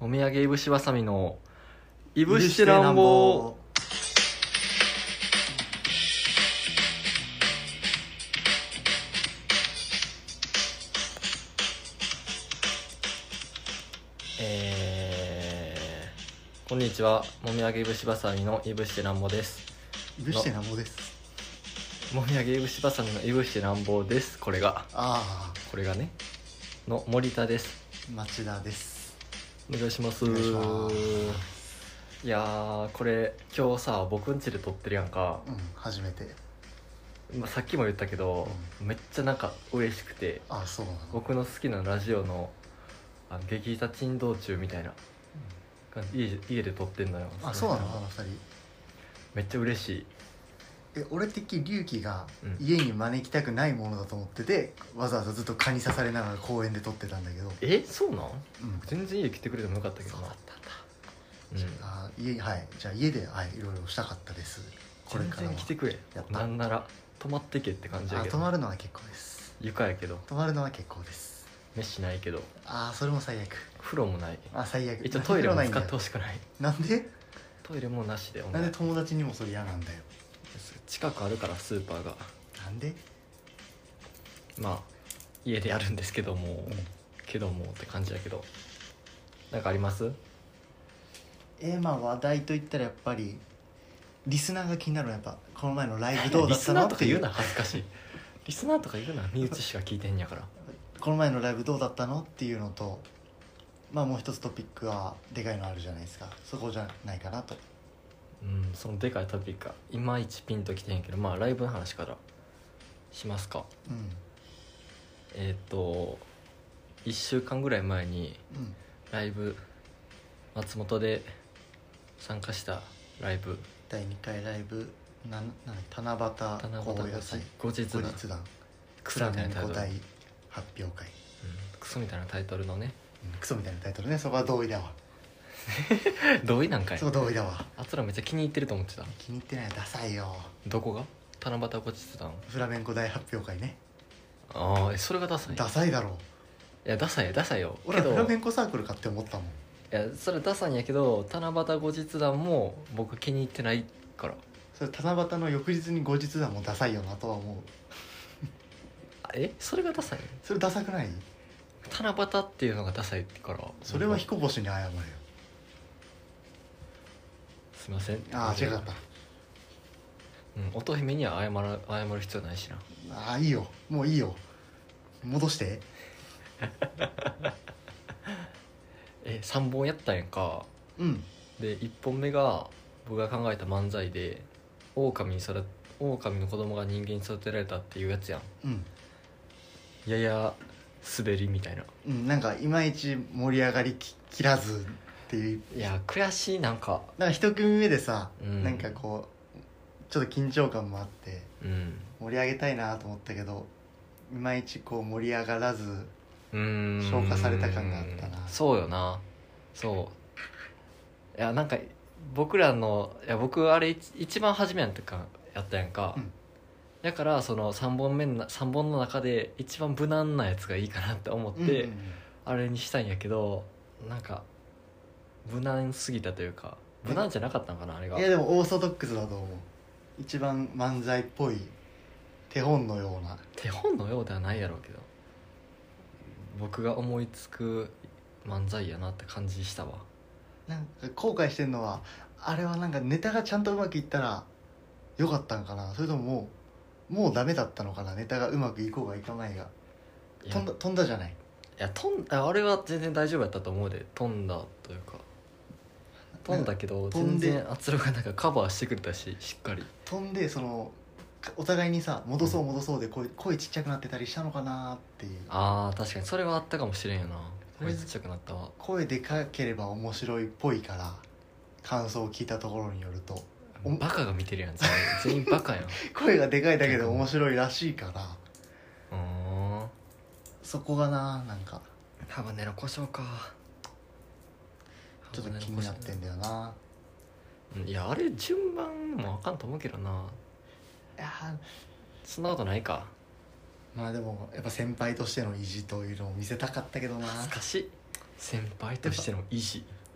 み上げいぶしわさみのいぶしてなんぼ。こんにちは、もみあげいぶしばさみのいぶしてなんぼです。 いぶしてなんぼです。 もみあげいぶしばさみのいぶしてなんぼです。これがねの森田です。 町田です。 お願いします。 お願いします。 いやー、これ今日さ、僕ん家で撮ってるやんか。 初めて。 さっきも言ったけど、めっちゃなんか嬉しくて、 そうなの。 僕の好きなラジオの激痛珍道中みたいな、家で撮ってんのよ。 そうなの。あの二人めっちゃ嬉しい。 俺的隆起が家に招きたくないものだと思ってて、わざわざずっと蚊に刺されながら公園で撮ってたんだけど。 そうなん？全然家来てくれてもよかったけどな。 そうだったんだ。じゃあ家でいろいろしたかったです。これから全然来てくれ。なんなら泊まってけって感じやけど。 泊まるのは結構です。 床やけど。 泊まるのは結構です。 飯ないけど。 それも最悪。 風呂もない。 最悪。 一応トイレも使ってほしくない。 なんで？ トイレもなしで。 なんで友達にもそれ嫌なんだよ。 近くあるからスーパーが。 なんで？ 家でやるんですけども、って感じやけど。なんかあります？ 話題といったらやっぱりリスナーが気になるのはやっぱこの前のライブどうだったのっていう。 リスナーとか言うな、恥ずかしい。リスナーとか言うな、身内しか聞いてんやから。 この前のライブどうだったのっていうのと、もう一つトピックはでかいのあるじゃないですか。そこじゃないかなと。 そのでかいトピックがいまいちピンときてへんけど、ライブの話からしますか。1週間ぐらい前にライブ、松本で参加したライブ、 第2回ライブ七夕高野祭後日談クラメン古代発表会、 クソみたいなタイトルのね、 クソみたいなタイトルね。そこは同意だわ。 同意なんかい。 そう同意だわ。 あつらめっちゃ気に入ってると思ってた。 気に入ってない。ダサいよ。 どこが？七夕後日談フラメン古代発表会ね。 それがダサい。 ダサいだろう。 いやダサいよ。 俺はフラメンコサークルかって思ったもん。いやそれダサいんやけど、七夕後日談も僕気に入ってないから。 それ七夕の翌日に後日談もダサいよなとは思う。 それがダサい？ それダサくない？ 七夕っていうのがダサいから。 それは彦星に謝れよ。 すいません。 違かった。 乙姫には謝る必要ないしな。 いいよ、もういいよ、戻して。 3本やったんやんか。で1本目が僕が考えた漫才で、狼の子供が人間に育てられたっていうやつやん。やや滑りみたいな。 なんかいまいち盛り上がりきらずっていう。 いや悔しい。なんか一組目でさ、なんかこうちょっと緊張感もあって、盛り上げたいなと思ったけど、いまいちこう盛り上がらず消化された感があったな。 そうよな。そういや、なんか僕あれ一番初めやったやんか。だからその3本の中で一番無難なやつがいいかなって思って、あれにしたんやけど、なんか無難すぎたというか、無難じゃなかったのかなあれが。 いやでもオーソドックスだと思う。一番漫才っぽい手本のような。 手本のようではないやろうけど、僕が思いつく漫才やなって感じしたわ。 なんか後悔してんのは、あれはなんかネタがちゃんとうまくいったらよかったんかな、それとももうダメだったのかな。ネタがうまくいこうがいかないが飛んだじゃない。 いやあれは全然大丈夫やったと思うで。飛んだというか飛んだけど、全然圧力がなんかカバーしてくれたし、しっかり飛んで、そのお互いにさ戻そうで声ちっちゃくなってたりしたのかなっていう。 確かにそれはあったかもしれんよな。声ちっちゃくなったわ。 声でかければ面白いっぽいから、感想を聞いたところによるとバカが見てるやん。全員バカやん。 声がでかいだけで面白いらしいから、そこがなんかハバネロ胡椒か。 ちょっと気になってんだよな。 いやあれ順番もあかんと思うけどな。 いやそんなことないか。 でもやっぱ先輩としての意地というのを見せたかったけどな。 恥ずかしい。先輩としての意地。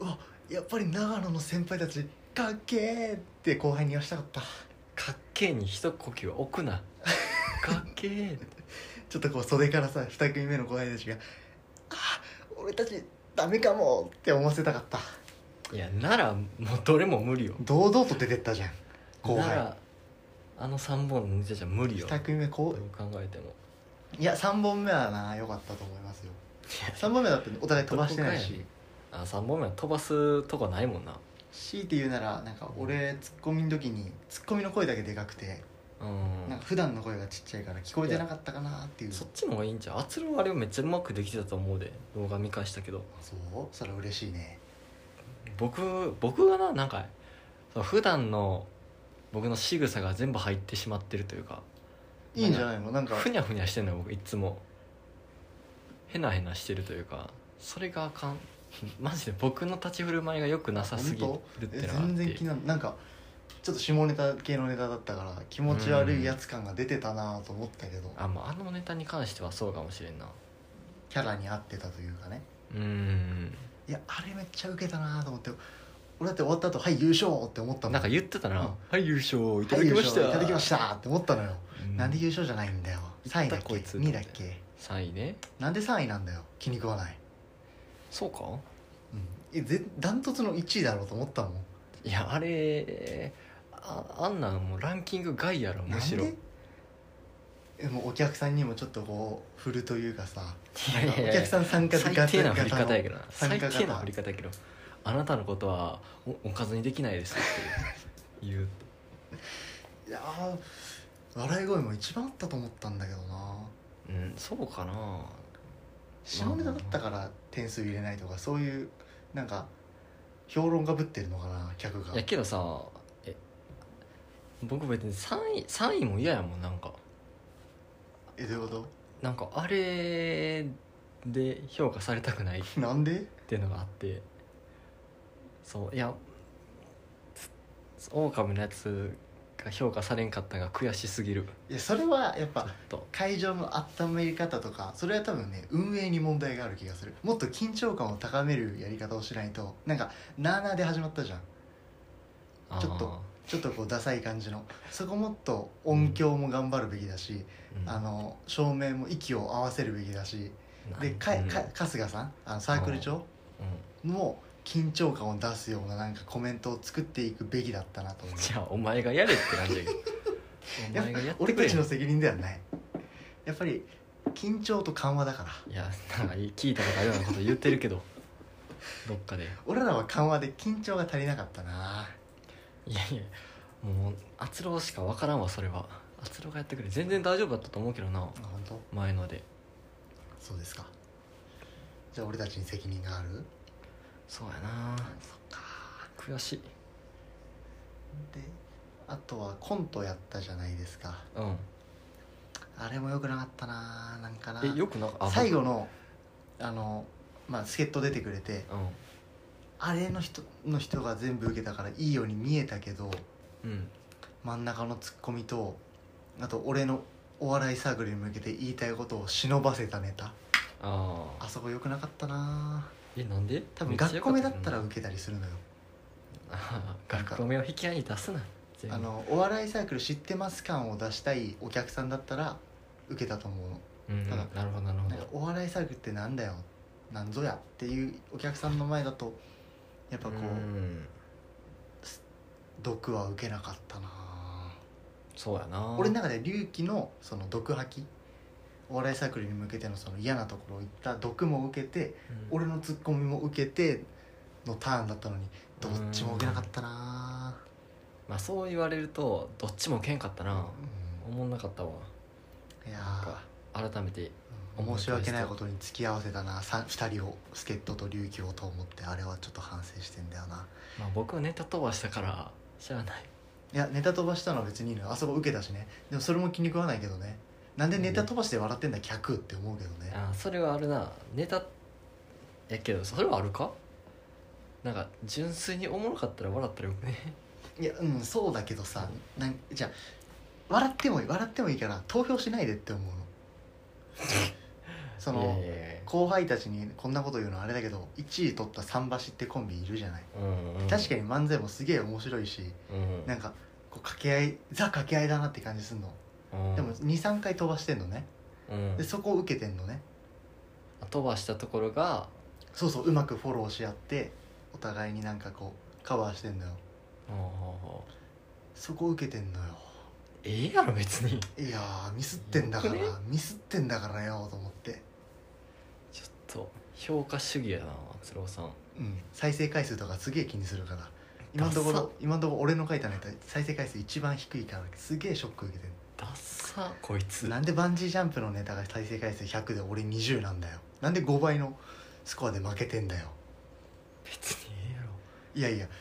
うわやっぱり長野の先輩たちかっけーって後輩に言わしたかった。 かっけーに一呼吸置くなかっけーちょっとこう袖からさ2組目の後輩たちが俺たちダメかもって思わせたかった。 いやならもうどれも無理よ。 堂々と出てったじゃん後輩。 ならあの3本のネタじゃ無理よ。 2組目どう考えても。 いや3本目はな良かったと思いますよ。3本目だってお互い飛ばしてないし。 3本目は飛ばすとこないもんな。 強いて言うならなんか俺ツッコミの時にツッコミの声だけでかくて、なんか普段の声がちっちゃいから聞こえてなかったかなっていう。 そっちの方がいいんちゃう。あつろはあれをめっちゃうまくできてたと思うで、動画見返したけど。 そうそれ嬉しいね。 僕がなんか普段の僕の仕草が全部入ってしまってるというか、 いいんじゃないの。なんかふにゃふにゃしてんのよ僕いつも。へなへなしてるというか、それがあかん。マジで僕の立ち振る舞いが良くなさすぎるってのがあって。 全然気なんかちょっと下ネタ系のネタだったから気持ち悪いやつ感が出てたなと思ったけど、 あのネタに関してはそうかもしれんな。 キャラに合ってたというかね。いやあれめっちゃウケたなと思って。俺だって終わった後はい優勝って思ったもん。 なんか言ってたな、はい優勝いたはいだきました、 いただきましたって思ったのよ。なんで優勝じゃないんだよ。3位だっけこいつ 2位だっけ。 3位ね。 なんで3位なんだよ。気に食わない。 そうか。 ダントツの1位だろうと思ったもん。 いやあれあんなんもうランキング外やろむしろ。 なんでもうお客さんにもちょっとこう振るというかさ、 いやいやいやお客さん参加最低な振り方やけどな。最参加型低な振り方やけど、あなたのことはおかずにできないですって言う。 いや笑い声も一番あったと思ったんだけどな。 そうかな。 下ネタだったから点数入れないとかそういうなんか評論がぶってるのかな客が。 いやけどさ僕別に3位も嫌やもん。なんかどういうこなんかあれで評価されたくないっと。なんでていうのがあって、そういや狼のやつが評価されんかったが悔しすぎる。 いやそれはやっぱちょっと会場の温め方とかそれは多分ね運営に問題がある気がする。もっと緊張感を高めるやり方をしないと。なんかなーなーで始まったじゃん。ちょっとこうダサい感じの。そこもっと音響も頑張るべきだし、照明も息を合わせるべきだし、で春日さんサークル長も緊張感を出すようななんかコメントを作っていくべきだったなと思う。 じゃあお前がやれって感じだけどお前がやってくれ。 俺たちの責任ではない。やっぱり緊張と緩和だから。 いやなんか聞いたことあるようなこと言ってるけどどっかで。 俺らは緩和で緊張が足りなかったな。 いやいやもうあつろしか分からんわ。それはあつろがやってくれ。全然大丈夫だったと思うけどな。 本当？ 前ので。 そうですか。じゃあ俺たちに責任がある。 そうやな。 そっか。 悔しい。 であとはコントやったじゃないですか。あれも良くなかったな。なんかなよくなか最後の助っ人出てくれて、あれの人が全部受けたからいいように見えたけど、真ん中のツッコミとあと俺のお笑いサークルに向けて言いたいことを忍ばせたネタ、あそこ良くなかったな。 なんで。 多分学校目だったら受けたりするのよ。 学校目を引き合いに出すな。 お笑いサークル知ってます感を出したいお客さんだったら受けたと思うの。ただなるほどなるほど。 お笑いサークルってなんだよなんぞやっていうお客さんの前だとやっぱこう毒は受けなかったな。 そうやな。 俺の中で龍騎のその毒吐き、お笑いサークルに向けてのその嫌なところを言った毒も受けて、俺のツッコミも受けてのターンだったのにどっちも受けなかったな。 まあそう言われるとどっちも受けんかったな。思んなかったわ。 いや改めて申し訳ないことに付き合わせたな。2人を助っ人と龍騎をと思って、あれはちょっと反省してんだよな。 まあ僕はネタ飛ばしたからしゃあない。 いやネタ飛ばしたのは別にいいのよ。あそこ受けたしね。でもそれも気に食わないけどね。なんでネタ飛ばして笑ってんだ客って思うけどね。 それはあるな。ネタやけどそれはあるか。なんか純粋におもろかったら笑ったらよくね。 いやそうだけどさ、じゃあ笑ってもいいから投票しないでって思うの。 その後輩たちにこんなこと言うのあれだけど、1位取った桟橋ってコンビいるじゃない、確かに漫才もすげえ面白いし、なんかこう掛け合い掛け合いだなって感じすんの、でも 2,3 回飛ばしてんのね、でそこを受けてんのね、 飛ばしたところがそううまくフォローし合ってお互いになんかこうカバーしてんのよ、そこ受けてんのよ。 やろ別に。 いやミスってんだからミスってんだからよと思って、 ちょっと評価主義やな敦郎さん。 再生回数とかすげえ気にするから、今のところ俺の書いたネタ再生回数一番低いからすげえショック受けてる。 ダッサこいつ。 なんでバンジージャンプのネタが再生回数100で俺20なんだよ。なんで5倍のスコアで負けてんだよ。 別にやろ。 いやいや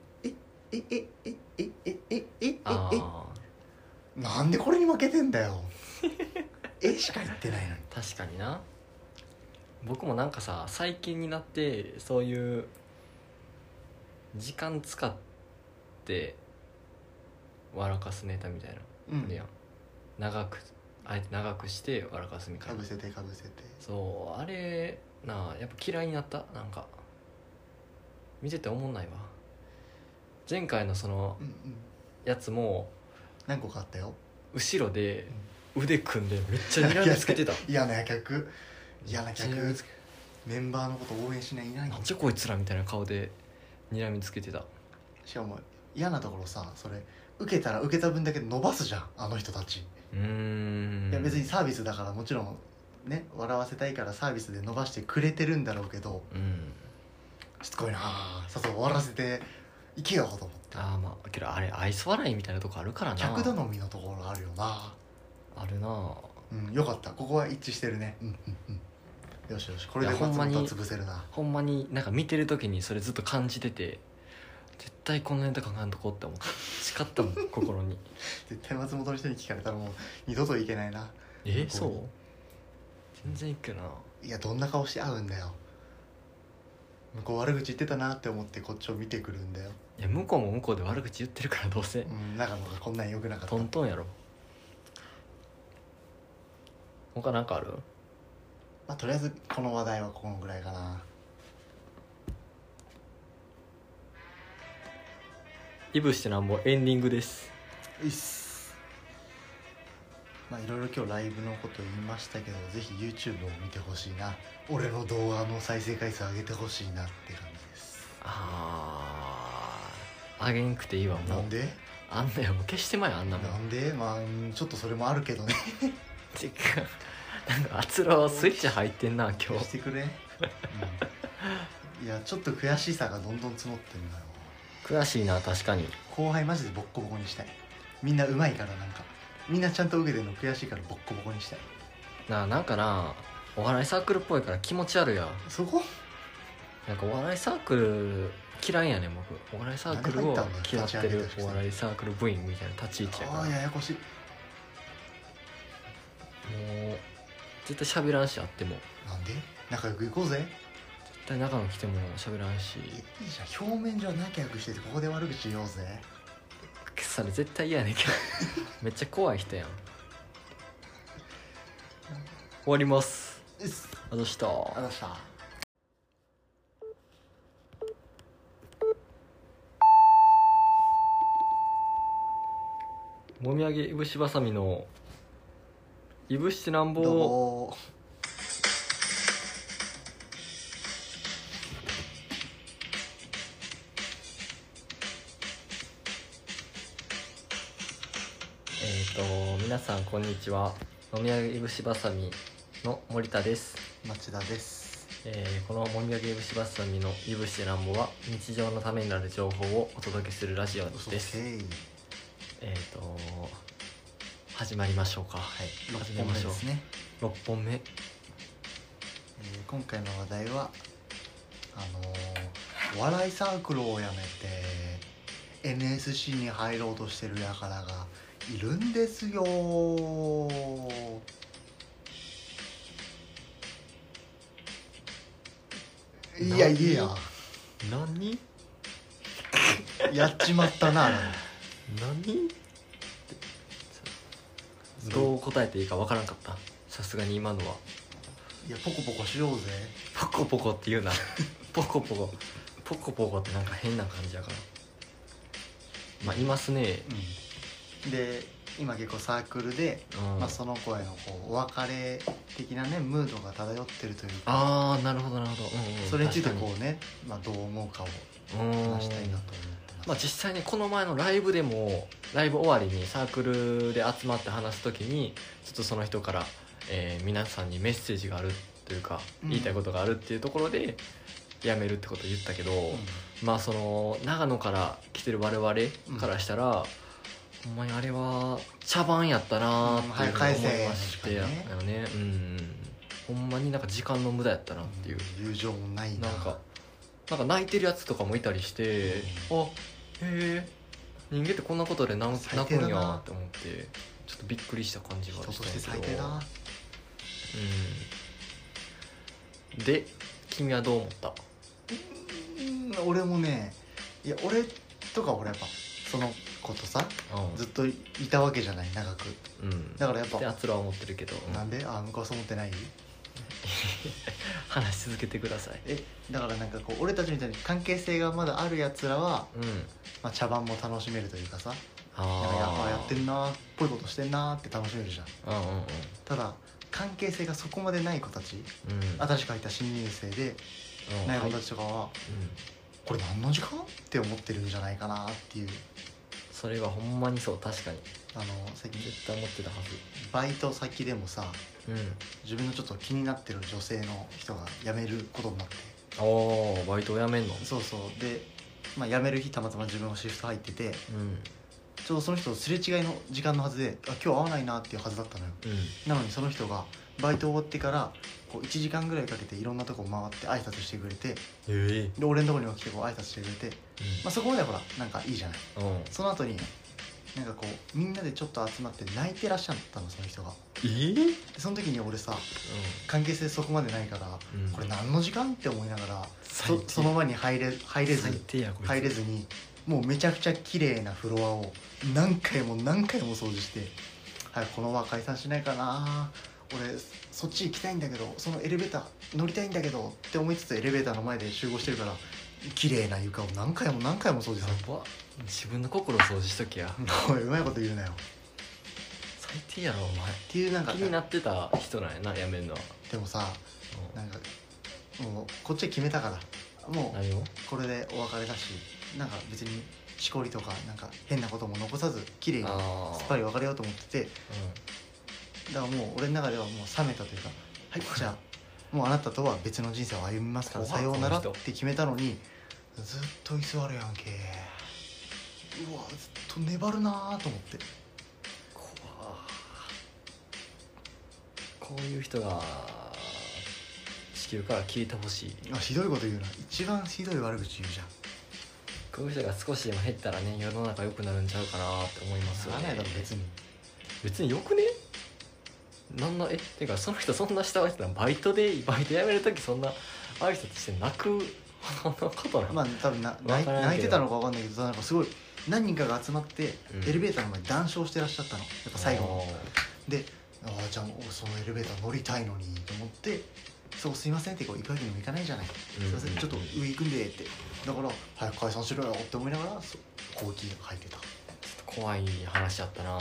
なんでこれに負けてんだよしか言ってないのに。 確かにな。僕もなんかさ最近になってそういう時間使って笑かすネタみたいな、あれやん、あえて長くして笑かすみたいな、 かぶせてそうあれなあやっぱ嫌いになった。なんか見てて思んないわ。前回のそのやつも何個かあったよ。 後ろで腕組んでめっちゃ睨みつけてた嫌な客メンバーのこと応援しないいないなんじゃこいつらみたいな顔で睨みつけてた。 しかも嫌なところさ、それ受けたら受けた分だけ伸ばすじゃんあの人たち。いや別にサービスだからもちろんね笑わせたいからサービスで伸ばしてくれてるんだろうけど、しつこいなあ、さっさと終わらせていけよと思って。 まあけどあれ愛想笑いみたいなとこあるからな。 客頼みのところあるよな。 あるな。 よかった、ここは一致してるね。よしこれで松本は潰せるな。 ほんまになんか見てる時にそれずっと感じてて、絶対こんなネタ考えんとこって思って誓ったもん心に。 絶対松本の人に聞かれたらもう二度といけないな。 そう全然いくな。 いやどんな顔して会うんだよ。向こう悪口言ってたなって思ってこっちを見てくるんだよ。 いや向こうも向こうで悪口言ってるからどうせ、 長野がこんなん良くなかった。 トントンやろ。他なんかある？ とりあえずこの話題はこのぐらいかな。 イブしてなんぼエンディングです。 いろいろ今日ライブのこと言いましたけど、ぜひ YouTube を見てほしいな。俺の動画の再生回数上げてほしいなって感じです。 上げんくていいわもう。 なんで？ あんなよもう消してまえあんなもん。 なんで？ちょっとそれもあるけどね。 てかなんかあつらスイッチ入ってんな今日。 消してくれ。いやちょっと悔しさがどんどん募ってんのよ。 悔しいな確かに。 後輩マジでボッコボコにしたい。みんな上手いからなんかみんなちゃんと受けてるの悔しいからボッコボコにしたい。 なんかなお笑いサークルっぽいから気持ち悪いや。 そこ？ なんかお笑いサークル嫌いやねん僕。お笑いサークルを嫌ってるお笑いサークル部員みたいな立ち位置やから。 ややこしい。もう絶対喋らんしあっても。 なんで？仲良く行こうぜ。 絶対中野来ても喋らんし。 いいじゃん、表面上仲良くしててここで悪口言おうぜ。 それ絶対嫌やねんけど。めっちゃ怖い人やん。終わります。あざした。もみあげいぶしばさみのいぶしてなんぼ。 どうも。 皆さんこんにちは。もみあげいぶしばさみの森田です。 町田です。 このもみあげいぶしばさみのいぶしてなんぼは日常のためになる情報をお届けするラジオです。始まりましょうか。 6本目ですね。 6本目。 今回の話題はお笑いサークルを辞めて NSC に入ろうとしてる輩がいるんですよ。いや何やっちまったな。 何どう答えていいかわからんかった。さすがに今のはいやポコポコしようぜ。 ポコポコって言うなポコポコポコポコってなんか変な感じやから。まあいますね。 で今結構サークルで、まあ、その子へのこうお別れ的なねムードが漂ってるというか、 ああなるほどなるほど、 それについてこうね、まあ、どう思うかを話したいなと思ってます。 まあ、実際にこの前のライブでもライブ終わりにサークルで集まって話すときにちょっとその人から、皆さんにメッセージがあるというか、言いたいことがあるっていうところでやめるってことを言ったけど、まあその長野から来てる我々からしたら、ほんまにあれは茶番やったなっていうふうに思いましてよね。ほんまになんか時間の無駄やったなっていう、 友情もないな。 なんか泣いてるやつとかもいたりして、あ、へえ人間ってこんなことで泣くんやって思ってちょっとびっくりした感じはしたんですけど。 人として最低だな。 で君はどう思った？ 俺もね、いや俺とか俺やっぱその子とさ、ずっといたわけじゃない長く、だからやっぱやつらは思ってるけど、 なんで昔思ってない話し続けてください。 だからなんかこう俺たちみたいに関係性がまだあるやつらは、まあ、茶番も楽しめるというかさ、なんかやってんなっぽいことしてんなって楽しめるじゃん。ただ関係性がそこまでない子たち、新しく入った新入生でない子たちとかは、これ何の時間って思ってるんじゃないかなっていう。 それはほんまにそう。確かに最近絶対思ってたはず。 バイト先でもさ、自分のちょっと気になってる女性の人が辞めることになって。 バイトを辞めんの？ そうそうで、まあ、辞める日たまたま自分もシフト入ってて、ちょうどその人とすれ違いの時間のはずで、今日会わないなっていうはずだったのよ、なのにその人がバイト終わってからこう1時間ぐらいかけていろんなとこ回って挨拶してくれて、で俺のとこにも来てこう挨拶してくれて、まあ、そこまではほらなんかいいじゃない、その後になんかこうみんなでちょっと集まって泣いてらっしゃったのその人が。でその時に俺さ、関係性そこまでないから、これ何の時間って思いながら、その場に入れずに、もうめちゃくちゃ綺麗なフロアを何回も何回も掃除して、はい、この輪解散しないかな、俺そっち行きたいんだけどそのエレベーター乗りたいんだけどって思いつつエレベーターの前で集合してるから、綺麗な床を何回も何回も掃除する。 自分の心を掃除しときやおいうまいこと言うなよ。 最低やろお前っていうなんか気になってた人なんやな、やめんのは。 でもさ、なんかもうこっちは決めたから、もうこれでお別れだし、なんか別にしこりとかなんか変なことも残さず綺麗にすっぱり別れようと思ってて、だからもう俺の中ではもう冷めたというか、はいじゃあもうあなたとは別の人生を歩みますからさようならって決めたのに、ずっと居座るやんけ。うわずっと粘るなと思って。 こういう人が地球から消えてほしい。 ひどいこと言うな、一番ひどい悪口言うじゃん。 こういう人が少しでも減ったらね、世の中良くなるんちゃうかなって思いますよね。 ならないだろ別によくね。なんなてかその人そんな慕われてたらバイト辞めるときそんな挨拶して泣くほどのことなの？ まあ多分泣いてたのか分かんないけど、なんかすごい何人かが集まってエレベーターの前に談笑してらっしゃったの、やっぱ最後で、じゃあそのエレベーター乗りたいのにと思って、そうすいませんってこう行くわけにもいかないじゃない、すいませんちょっと上行くんでって、だから早く解散しろよって思いながらコーヒーが入ってた。ちょっと怖い話やったな。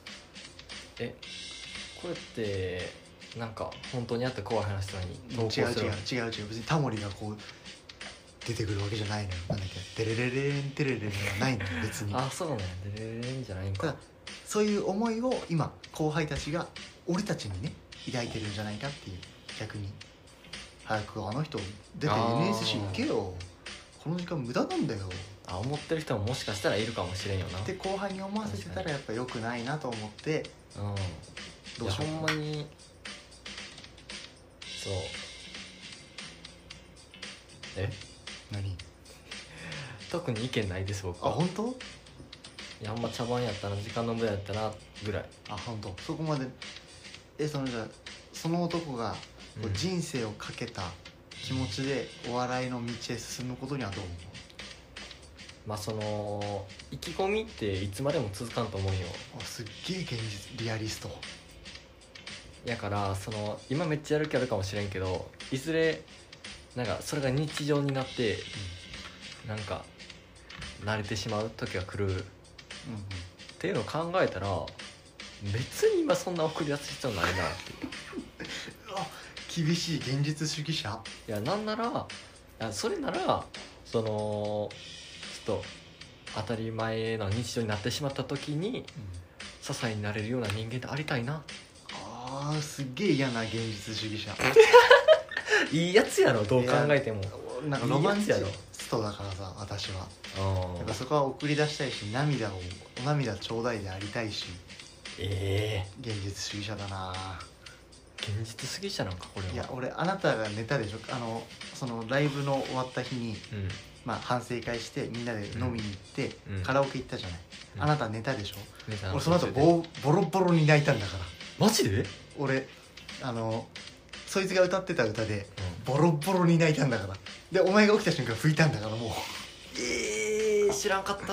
これってなんか本当にあった怖い話なのに投稿するの？ 違う別にタモリがこう出てくるわけじゃないのよ。なんだっけ、デレレレンテレレレンはないのよ別に。 そうなんや、デレレレンじゃないんか。 そういう思いを今後輩たちが俺たちにね抱いてるんじゃないかっていう。逆に早くあの人出て NSC 行けよ、この時間無駄なんだよ、 思ってる人ももしかしたらいるかもしれんよなって後輩に思わせてたらやっぱ良くないなと思って、 どうしよう。ほんまにそう。 何？ 特に意見ないです僕は。 本当？ いや、ほんま茶番やったな、時間の無駄やったなぐらい。 本当。そこまでじゃあその男がこう人生をかけた気持ちでお笑いの道へ進むことにはどう思う？ まあその意気込みっていつまでも続かんと思うよ。 すっげえ現実リアリスト。 やからその今めっちゃやる気あるかもしれんけどいずれなんかそれが日常になって、なんか慣れてしまう時が来るっていうのを考えたら別に今そんな送り出す必要ないなっていう厳しい現実主義者。 いやなんならそれならそのちょっと当たり前の日常になってしまった時に些細になれるような人間でありたいな。 あーすっげえ嫌な現実主義者。 いいやつやろどう考えても。 なんかロマンチいいやつやろストだからさ私は。 あやっぱそこは送り出したいし、お涙ちょうだいでありたいし。現実主義者だな。 現実主義者なんかこれは。 いや俺あなたが寝たでしょ、そのライブの終わった日に、まあ反省会してみんなで飲みに行って、カラオケ行ったじゃない、あなた寝たでしょ。俺その後ボロボロに泣いたんだから。 マジで？ 俺そいつが歌ってた歌でボロボロに泣いたんだから。でお前が起きた瞬間拭いたんだからもう。 知らんかった。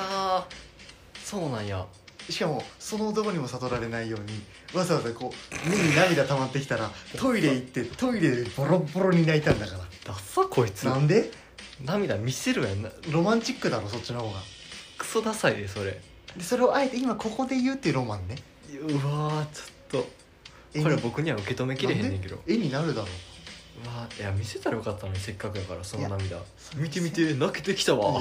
そうなんや。 しかもその男にも悟られないようにわざわざこう目に涙溜まってきたらトイレ行ってトイレでボロボロに泣いたんだから。 ダッサこいつ。 なんで？ 涙見せるやんな。 ロマンチックだろそっちの方が。 クソダサいでそれ。 でそれをあえて今ここで言うっていうロマンね。 うわちょっとこれ僕には受け止めきれへんねんけど。 絵になるだろ。 うわいや見せたらよかったのにせっかくやからその涙。見て見見て泣けてきたわ。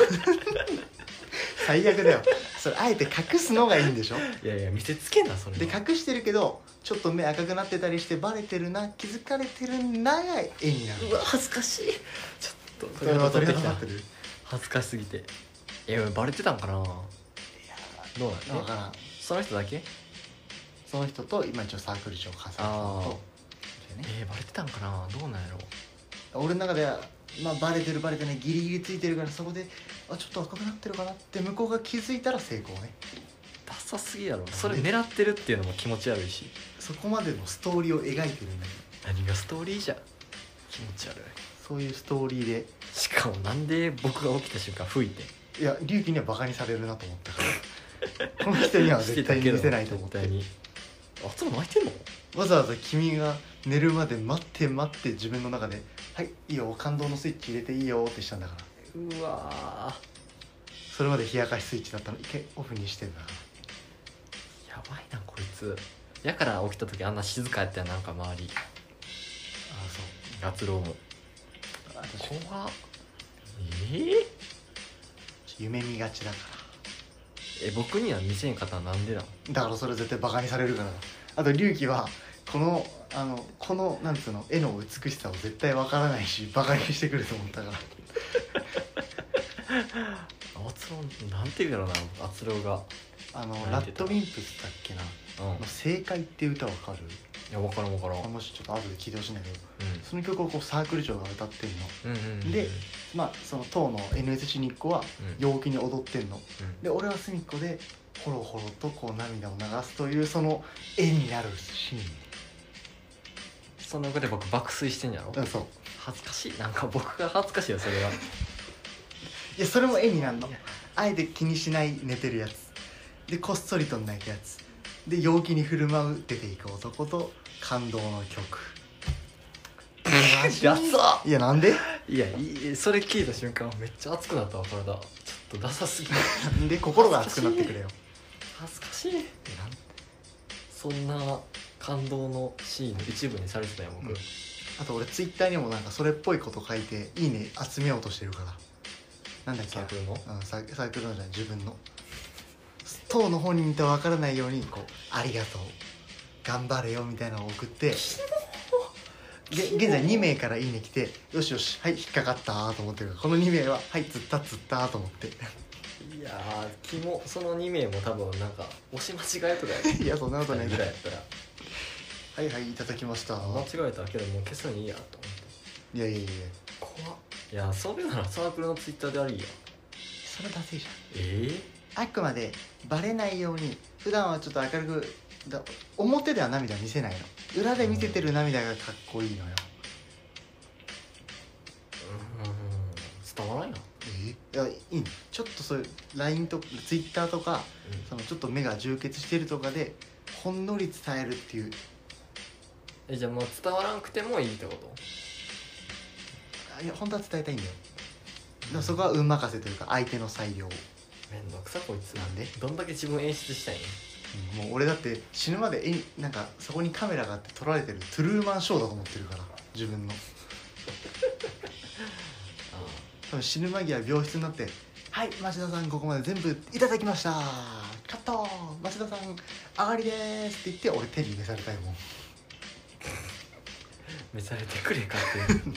最悪だよ。それあえて隠すのがいいんでしょ。 いやいや見せつけんなそれ。 で隠してるけどちょっと目赤くなってたりしてバレてるな気づかれてるなが絵になる。 うわ恥ずかしい。ちょっとそれは取ってきた。 ってる。 恥ずかしすぎて。バレてたんかな。どうなん分からん。 その人だけ？ その人と今一応サークル長笠さんと、 バレてたんかな。どうなんやろ。 俺の中ではまあバレてるギリギリついてるからそこでちょっと赤くなってるかなって向こうが気づいたら成功ね。 ダサすぎやろ。それ狙ってるっていうのも気持ち悪いし。 そこまでのストーリーを描いてるんだけど。 何がストーリーじゃ。気持ち悪い。 そういうストーリーで。 しかもなんで僕が起きた瞬間吹いて。 いや龍騎にはバカにされるなと思ったからこの人には絶対に見せないと思って。 絶対に。そう泣いてんの？ わざわざ君が寝るまで待って自分の中ではいいいよ感動のスイッチ入れていいよってしたんだから。 うわそれまで冷やかしスイッチだったの一回オフにしてんだから。 やばいなこいつ。やから起きた時あんな静かやったよなんか周り。 そうガツローも怖っ。 夢見がちだか僕には見せんかったらなんでなん？ だからそれ絶対バカにされるからだ。あと龍騎はこのなんつうの絵の美しさを絶対わからないしバカにしてくると思ったからあつろなんていうんだろうな。あつろがラッドウィンプスだっけな、正解っていう歌わかる？ いや分からんもしちょっと後で聞いてほしいんだけど、その曲をこうサークル長が歌ってんの、でまあその当の NSC 日光は陽気に踊ってんの、で俺は隅っこでホロホロとこう涙を流すというその絵になるシーン。 その上で僕爆睡してんやろ。 そう恥ずかしい。なんか僕が恥ずかしいよそれは。 いやそれも絵になるの。あえて気にしない寝てるやつでこっそりと泣くやつで陽気に振る舞う出ていく男と感動の曲。 ダサ。 いやなんで？ いやそれ聞いた瞬間めっちゃ熱くなったわ体。ちょっとダサすぎる。 なんで心が熱くなってくれよ。 恥ずかしい。そんな感動のシーンの一部にされてたよ僕、 あと俺ツイッターにもなんかそれっぽいこと書いていいね集めようとしてるから。なんだっけサークルの？ サークルのじゃない自分の当の本人とは分からないようにこうありがとう頑張れよみたいなのを送って現在2名からいいね来てよしよしはい引っかかったと思ってるから、この2名ははい釣ったと思っていやーその2名も多分なんか押し間違えとかやいやそんなことないぐらいやったらはいはいいただきました間違えたけどもう消すのいいやと思って。 いや怖っ。いやそれならサークルのツイッターでありや。 それダセいじゃん。 あくまでバレないように普段はちょっと明るく表では涙見せないの、裏で見せてる涙がかっこいいのよ。 伝わらないな。 いやいいの。ちょっとそういう LINE とか Twitter とか、そのちょっと目が充血してるとかでほんのり伝えるっていうじゃあもう伝わらなくてもいいってこと？ いや本当は伝えたいんだよ。でもそこは運任せというか相手の裁量。 めんどくさこいつ。 なんでどんだけ自分演出したいの？ もう俺だって死ぬまでなんかそこにカメラがあって撮られてるトゥルーマンショーだと思ってるから自分の多分死ぬ間際病室になって「はい町田さんここまで全部いただきましたカット町田さん上がりです」って言って俺手に召されたいもん。 召されてくれかっていう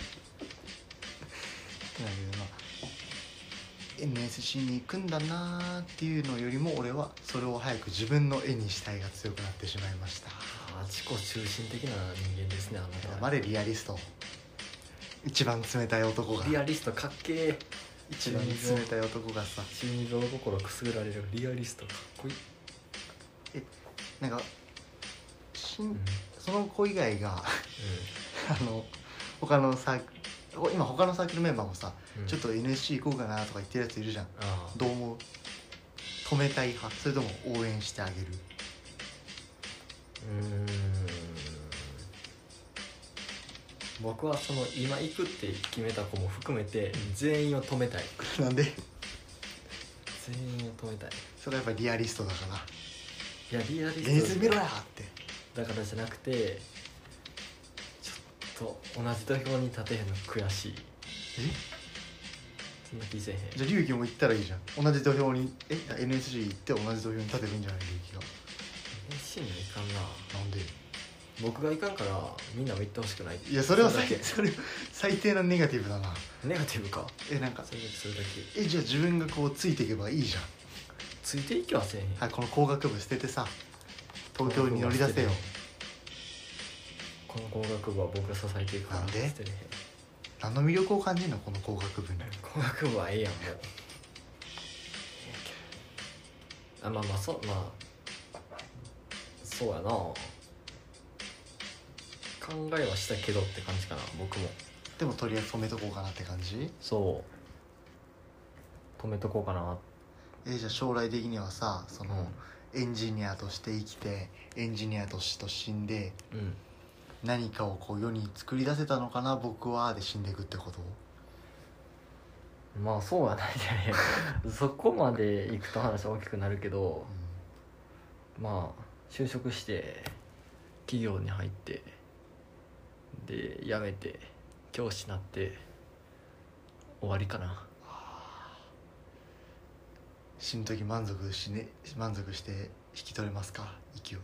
だけどな NSC に行くんだなーっていうのよりも俺はそれを早く自分の絵にしたいが強くなってしまいました。 自己中心的な人間ですねあなたは。 までリアリスト、一番冷たい男がリアリストかっけー。 一番冷たい男がさ中二病心くすぐられるリアリストかっこいい。 なんかうん、 その子以外がう他の今他のサークルメンバーもさ、 ん、 ちょっと NSC 行こうかなとか言ってるやついるじゃん。 ああどう思う？止めたい派それとも応援してあげる？ 僕はその今行くって決めた子も含めて全員を止めたい。 なんで？ 全員を止めたい。 それはやっぱリアリストだからいやリアリスト演出見ろやってだからじゃなくてちょっと同じ土俵に立てへんの悔しい。そんな気せえへん。 じゃあ龍樹も行ったらいいじゃん。同じ土俵にNSC 行って同じ土俵に立てばいいんじゃない龍樹が。 NSC にはいかんな。 なんで？ 僕がいかんからみんなも行ってほしくない。 いやそれはだけそれ最低なネガティブだな。 ネガティブか。 なんかそれだけじゃあ自分がこうついていけばいいじゃん。 ついていきはせえへん。 はい、この工学部捨ててさ東京に乗り出せよ。 この工学部は僕が支えていくから。 なんで捨てれへん。 何の魅力を感じるのこの工学部に？ 工学部はええやんもう。まあそうやな。考えはしたけどって感じかな僕も。 でもとりあえず止めとこうかなって感じ？ そう止めとこうかな。 じゃあ将来的にはさエンジニアとして生きてエンジニアとして死んで何かをこう世に作り出せたのかな僕はで死んでいくってこと？ まあそうはないねそこまで行くと話は大きくなるけど、まあ就職して企業に入ってで辞めて教師になって終わりかな。 死ぬ時満足して引き取れますか息を？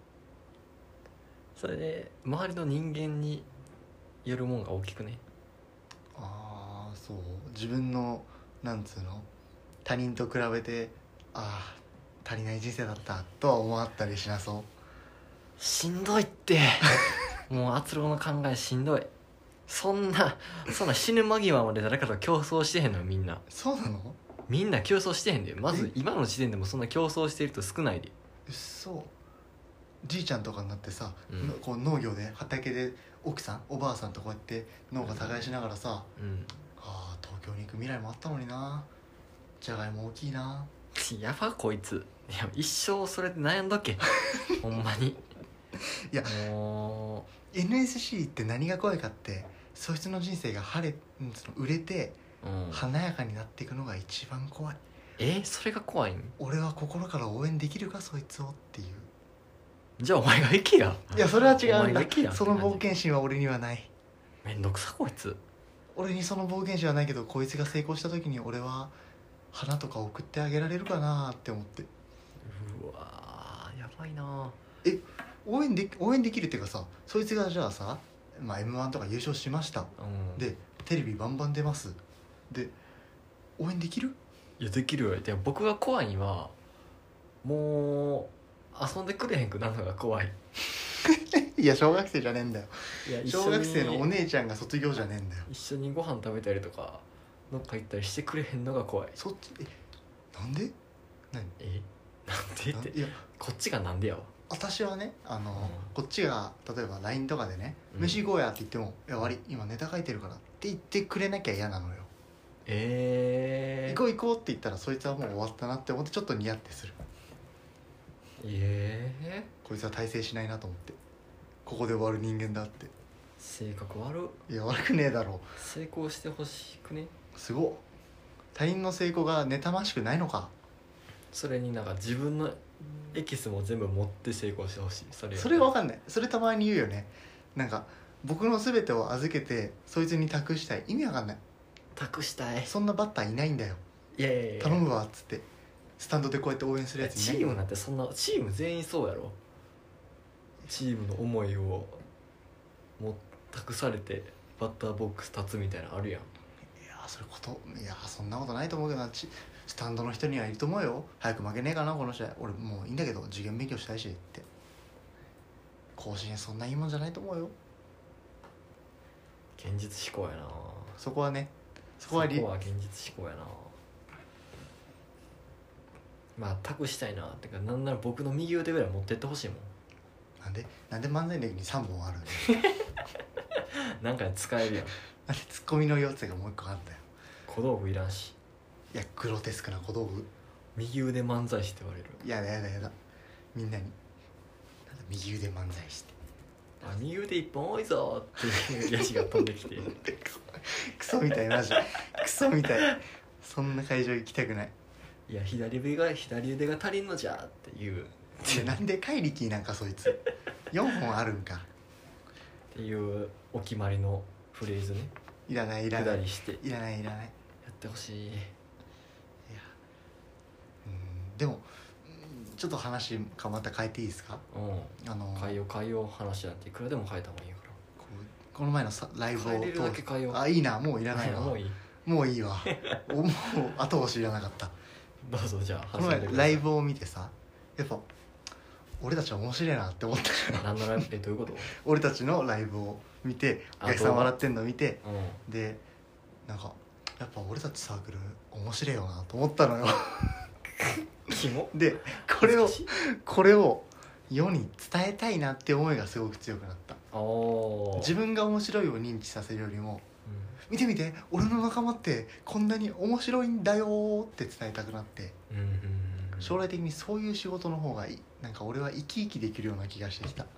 それで周りの人間によるもんが大きくね。 ああそう自分のなんつうの他人と比べて足りない人生だったとは思ったりしなそう？ しんどいってもうあつろの考えしんどい。そんな死ぬ間際まで誰かと競争してへんのよみんな。 そうなの？ みんな競争してへんで。まず今の時点でもそんな競争してる人少ないで。 そうじいちゃんとかになってさ、こう農業で畑で奥さんおばあさんとこうやって農家耕しながらさ、東京に行く未来もあったのになじゃがいも大きいなやばこいつ。いや一生それで悩んどけほんまに。 いやもう NSC って何が怖いかってそいつの人生が売れて華やかになっていくのが一番怖い。 それが怖いん？ 俺は心から応援できるかそいつをっていう。 じゃあお前が行けや。 いやそれは違うんだ。その冒険心は俺にはない。 めんどくさこいつ。 俺にその冒険心はないけどこいつが成功した時に俺は花とか送ってあげられるかなって思って。 うわやばいな。 応援できるっていうかさそいつがじゃあさ、M1 とか優勝しました、でテレビバンバン出ますで応援できる？ いやできるよ。で僕が怖いんはもう遊んでくれへんくなるのが怖い。 いや小学生じゃねえんだよ。 いや小学生のお姉ちゃんが卒業じゃねえんだよ。 一緒にご飯食べたりとかどっか行ったりしてくれへんのが怖い。 そっちなんで？何？ なんでっていやこっちがなんでやわ。 私はねこっちが例えば LINE とかでね飯行こうやって言っても「いや悪い今ネタ書いてるから」って言ってくれなきゃ嫌なのよ。行こう行こうって言ったらそいつはもう終わったなって思ってちょっとニヤってする。こいつは大成しないなと思ってここで終わる人間だって。 性格悪。 いや悪くねえだろ。 成功してほしくね。 すごっ。他人の成功が妬ましくないのか。 それになんか自分のエキスも全部持って成功してほしい。それは分かんない。それたまに言うよね。なんか僕の全てを預けてそいつに託したい。意味わかんない。 託したい。 そんなバッターいないんだよ。 いやいやいや、 頼むわっつってスタンドでこうやって応援するやついない。 チームなんてそんな、チーム全員そうやろ。チームの思いをもう託されてバッターボックス立つみたいなのあるやん。 いやそれこといやそんなことないと思うけどな。スタンドの人にはいると思うよ。早く負けねえかなこの試合。俺もういいんだけど受験勉強したいしって。甲子園そんないいもんじゃないと思うよ。 現実思考やな。 そこはね、 そこは現実思考やな。まあ託したいなってか、なんなら僕の右腕ぐらい持ってってほしいもん。 なんで漫才の時に3本あるのなんか使えるやん。 なんでツッコミの要素がもう一個あんだよ。 小道具いらんし。 いやグロテスクな小道具。 右腕漫才師って言われる。 やだみんなになんだ右腕漫才師って。 あ、右腕一本多いぞっていうヤジが飛んできてクソみたいマジクソみたい。そんな会場行きたくない。 いや左腕が足りんのじゃっていうなんで怪力なんかそいつ4本あるんかっていうお決まりのフレーズね。 いらない下りしていらないやってほしい。いやでもちょっと話また変えていいですか。 変えよう話なんていくらでも変えた方がいいから。 この前のライブを変えれるだけ変えよう。 あいいな。もういらないわもういいわもう後押しいらなかった。 どうぞ。じゃあこの前ライブを見てさ、やっぱ俺たちは面白いなって思った何のライブどういうこと俺たちのライブを見てお客さん笑ってんの見て、でなんかやっぱ俺たちサークル面白いよなと思ったのよキモでこれを世に伝えたいなって思いがすごく強くなった。自分が面白いを認知させるよりも、見て見て俺の仲間ってこんなに面白いんだよって伝えたくなって、将来的にそういう仕事の方がなんか俺は生き生きできるような気がしてきた。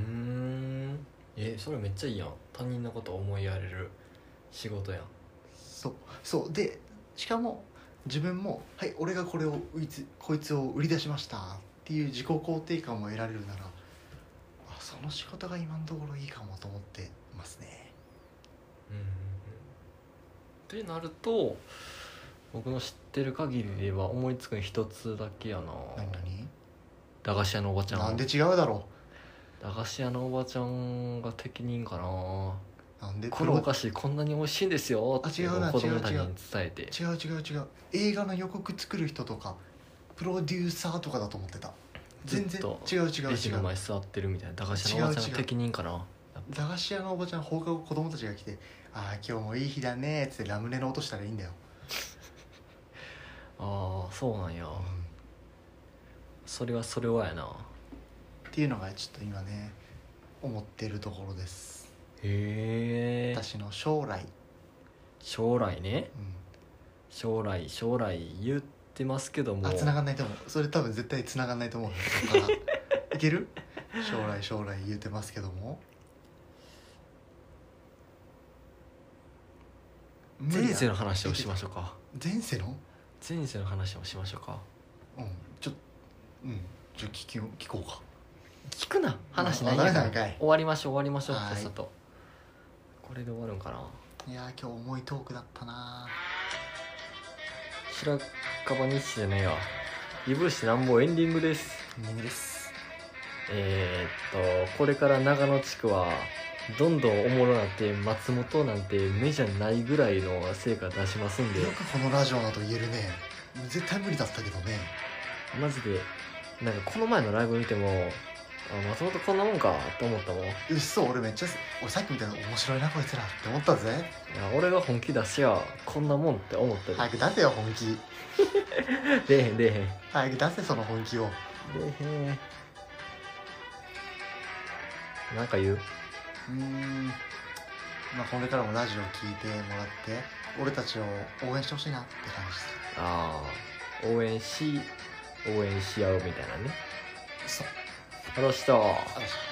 それめっちゃいいやん。他人のことを思いやれる仕事やん。 そうでしかも自分もはい俺がこいつを売り出しましたっていう自己肯定感も得られるなら、その仕事が今のところいいかもと思ってますね。 ってなると僕の知ってる限りで言えば思いつくの一つだけやな。 何？ 駄菓子屋のおばちゃん。 なんで違うだろう。駄菓子屋のおばちゃんが適任かな。 なんでこのお菓子こんなに美味しいんですよって子供たちに伝えて。 違う映画の予告作る人とかプロデューサーとかだと思ってた。全然違うレジの前座ってるみたいな駄菓子屋のおばちゃんが適任かな。 駄菓子屋のおばちゃん放課後子供たちが来て今日もいい日だねってラムネの音したらいいんだよ。 そうなんや、それはやなっていうのがちょっと今ね思ってるところです。 へえ。 私の将来ね、将来言ってますけども繋がんないと思う。それ多分絶対繋がんないと思うそこからいける？将来言ってますけども前世の話をしましょうか。 前世の話をしましょうか。 ちょ聞こうか。 聞くな話ないやから終わりましょうさっさと。これで終わるんかな。 いや今日重いトークだったな。 白樺日誌じゃねえわ。いぶしなんぼエンディングです。これから長野地区はどんどんおもろなって松本なんて目じゃないぐらいの成果出しますんで。 よくこのラジオだと言えるね。絶対無理だったけどね。 マジでなんかこの前のライブ見ても松本こんなもんかと思ったもん。 俺さっきみたいな面白いなこいつらって思ったぜ。 俺が本気出しやこんなもんって思ったで。 早く出せよ本気出へん早く出せその本気を。 出へん。なんか言う？ これからもラジオ聞いてもらって俺たちを応援してほしいなって感じです。 応援し合うみたいなね。 そう。 ありがとうございました。